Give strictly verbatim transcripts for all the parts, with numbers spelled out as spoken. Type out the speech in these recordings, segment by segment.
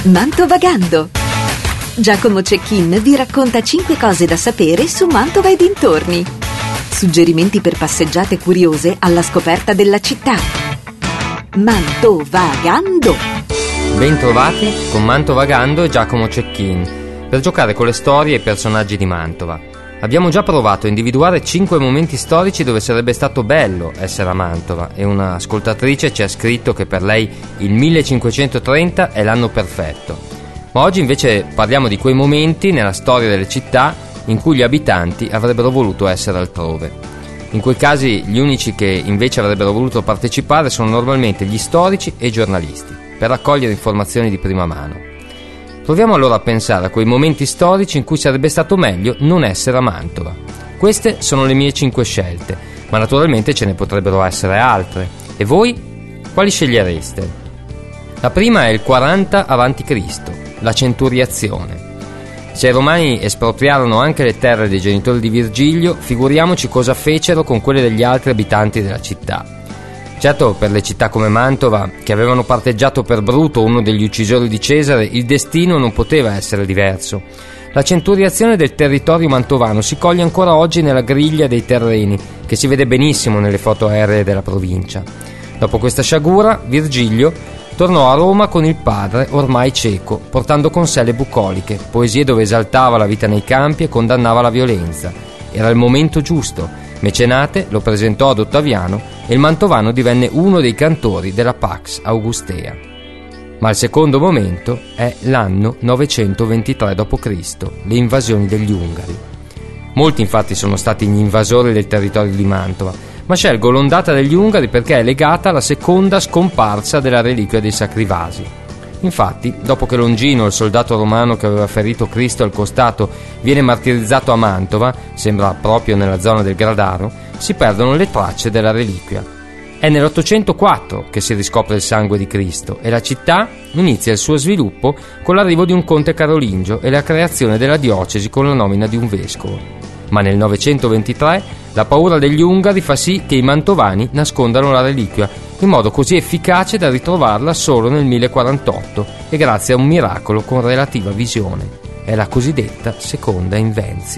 Mantovagando. Giacomo Cecchin vi racconta cinque cose da sapere su Mantova e dintorni. Suggerimenti per passeggiate curiose alla scoperta della città. Mantovagando. Bentrovati con Mantovagando e Giacomo Cecchin per giocare con le storie e i personaggi di Mantova. Abbiamo già provato a individuare cinque momenti storici dove sarebbe stato bello essere a Mantova e una ascoltatrice ci ha scritto che per lei il millecinquecentotrenta è l'anno perfetto. Ma oggi invece parliamo di quei momenti nella storia delle città in cui gli abitanti avrebbero voluto essere altrove. In quei casi gli unici che invece avrebbero voluto partecipare sono normalmente gli storici e i giornalisti, per raccogliere informazioni di prima mano. Proviamo allora a pensare a quei momenti storici in cui sarebbe stato meglio non essere a Mantova. Queste sono le mie cinque scelte, ma naturalmente ce ne potrebbero essere altre. E voi? Quali scegliereste? La prima è il quaranta avanti Cristo, la centuriazione. Se i romani espropriarono anche le terre dei genitori di Virgilio, figuriamoci cosa fecero con quelle degli altri abitanti della città. Certo, per le città come Mantova, che avevano parteggiato per Bruto, uno degli uccisori di Cesare, il destino non poteva essere diverso. La centuriazione del territorio mantovano si coglie ancora oggi nella griglia dei terreni, che si vede benissimo nelle foto aeree della provincia. Dopo questa sciagura, Virgilio tornò a Roma con il padre, ormai cieco, portando con sé le bucoliche, poesie dove esaltava la vita nei campi e condannava la violenza. Era il momento giusto. Mecenate lo presentò ad Ottaviano e il mantovano divenne uno dei cantori della Pax Augustea. Ma il secondo momento è l'anno novecentoventitré dopo Cristo, le invasioni degli Ungari. Molti infatti sono stati gli invasori del territorio di Mantova, ma scelgo l'ondata degli Ungari perché è legata alla seconda scomparsa della reliquia dei Sacri Vasi. Infatti, dopo che Longino, il soldato romano che aveva ferito Cristo al costato, viene martirizzato a Mantova, sembra proprio nella zona del Gradano, si perdono le tracce della reliquia. È nell'ottocentoquattro che si riscopre il sangue di Cristo e la città inizia il suo sviluppo con l'arrivo di un conte carolingio e la creazione della diocesi con la nomina di un vescovo. Ma nel novecentoventitré la paura degli Ungari fa sì che i mantovani nascondano la reliquia in modo così efficace da ritrovarla solo nel millequarantotto e grazie a un miracolo con relativa visione. È la cosiddetta seconda invenzio.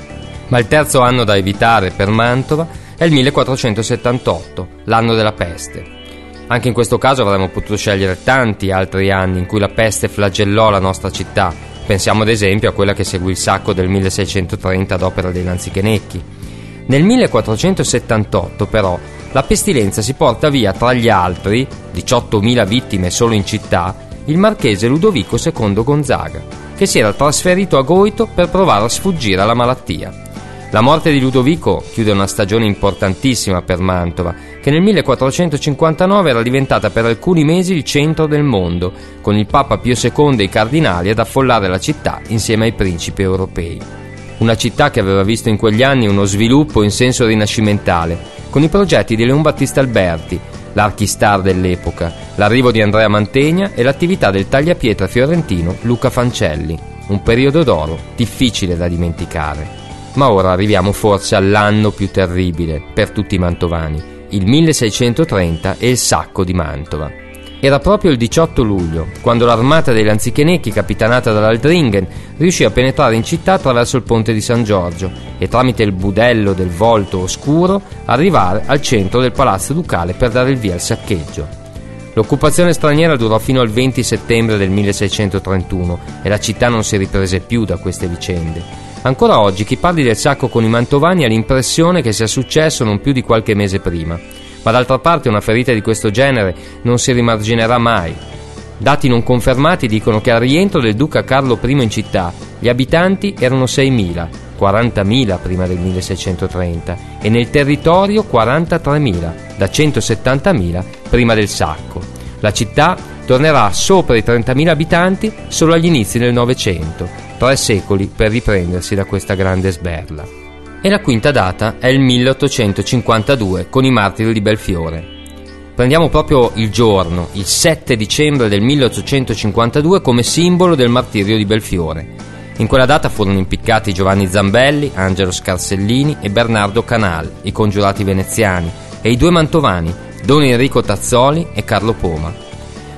Ma il terzo anno da evitare per Mantova è il millequattrocentosettantotto, l'anno della peste. Anche in questo caso avremmo potuto scegliere tanti altri anni in cui la peste flagellò la nostra città. Pensiamo ad esempio a quella che seguì il sacco del milleseicentotrenta ad opera dei Lanzichenecchi. Nel millequattrocentosettantotto però la pestilenza si porta via tra gli altri, diciottomila vittime solo in città, il marchese Ludovico secondo Gonzaga, che si era trasferito a Goito per provare a sfuggire alla malattia. La morte di Ludovico chiude una stagione importantissima per Mantova, che nel millequattrocentocinquantanove era diventata per alcuni mesi il centro del mondo, con il Papa Pio secondo e i cardinali ad affollare la città insieme ai principi europei. Una città che aveva visto in quegli anni uno sviluppo in senso rinascimentale, con i progetti di Leon Battista Alberti, l'archistar dell'epoca, l'arrivo di Andrea Mantegna e l'attività del tagliapietra fiorentino Luca Fancelli. Un periodo d'oro difficile da dimenticare. Ma ora arriviamo forse all'anno più terribile per tutti i mantovani, il milleseicentotrenta e il sacco di Mantova. Era proprio il diciotto luglio, quando l'armata dei Lanzichenecchi, capitanata dall'Aldringen, riuscì a penetrare in città attraverso il ponte di San Giorgio e tramite il budello del volto oscuro arrivare al centro del palazzo ducale per dare il via al saccheggio. L'occupazione straniera durò fino al venti settembre del milleseicentotrentuno e la città non si riprese più da queste vicende. Ancora oggi chi parli del sacco con i mantovani ha l'impressione che sia successo non più di qualche mese prima. Ma d'altra parte una ferita di questo genere non si rimarginerà mai. Dati non confermati dicono che al rientro del duca Carlo I in città gli abitanti erano seimila, quarantamila prima del milleseicentotrenta, e nel territorio quarantatremila, da centosettantamila prima del sacco. La città tornerà sopra i trentamila abitanti solo agli inizi del Novecento, tre secoli per riprendersi da questa grande sberla. E la quinta data è il milleottocentocinquantadue con i martiri di Belfiore. Prendiamo proprio il giorno, il sette dicembre del milleottocentocinquantadue, come simbolo del martirio di Belfiore. In quella data furono impiccati Giovanni Zambelli, Angelo Scarsellini e Bernardo Canal, i congiurati veneziani, e i due mantovani, Don Enrico Tazzoli e Carlo Poma.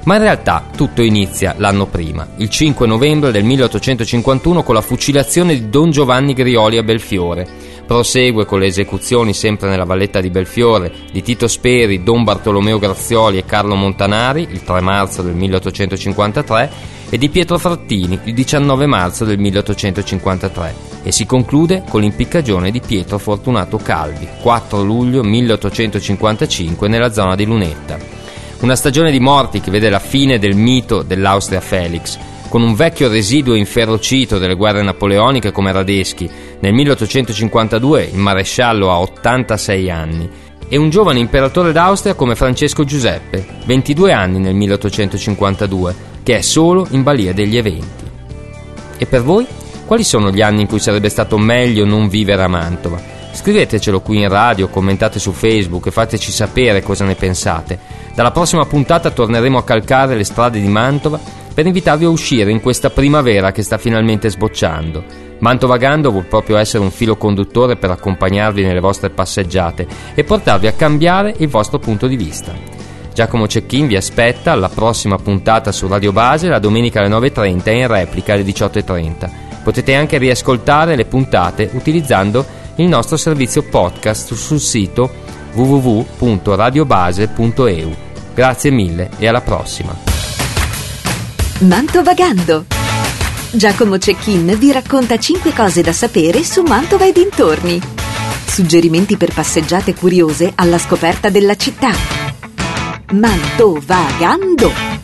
Ma in realtà tutto inizia l'anno prima, il cinque novembre del milleottocentocinquantuno, con la fucilazione di Don Giovanni Grioli a Belfiore. Prosegue con le esecuzioni sempre nella valletta di Belfiore di Tito Speri, Don Bartolomeo Grazioli e Carlo Montanari il tre marzo del milleottocentocinquantatré e di Pietro Frattini il diciannove marzo del milleottocentocinquantatré, e si conclude con l'impiccagione di Pietro Fortunato Calvi, quattro luglio milleottocentocinquantacinque, nella zona di Lunetta. Una stagione di morti che vede la fine del mito dell'Austria Felix, con un vecchio residuo inferocito delle guerre napoleoniche come Radeschi. Nel milleottocentocinquantadue il maresciallo ha ottantasei anni, e un giovane imperatore d'Austria come Francesco Giuseppe, ventidue anni nel milleottocentocinquantadue, che è solo in balia degli eventi. E per voi? Quali sono gli anni in cui sarebbe stato meglio non vivere a Mantova? Scrivetecelo qui in radio, commentate su Facebook e fateci sapere cosa ne pensate. Dalla prossima puntata torneremo a calcare le strade di Mantova per invitarvi a uscire in questa primavera che sta finalmente sbocciando. Mantovagando vuol proprio essere un filo conduttore per accompagnarvi nelle vostre passeggiate e portarvi a cambiare il vostro punto di vista. Giacomo Cecchin vi aspetta alla prossima puntata su Radio Base, la domenica alle nove e trenta e in replica alle diciotto e trenta. Potete anche riascoltare le puntate utilizzando il nostro servizio podcast sul sito w w w punto radiobase punto e u. Grazie mille e alla prossima. Mantovagando. Giacomo Cecchin vi racconta cinque cose da sapere su Mantova e dintorni. Suggerimenti per passeggiate curiose alla scoperta della città. Mantovagando.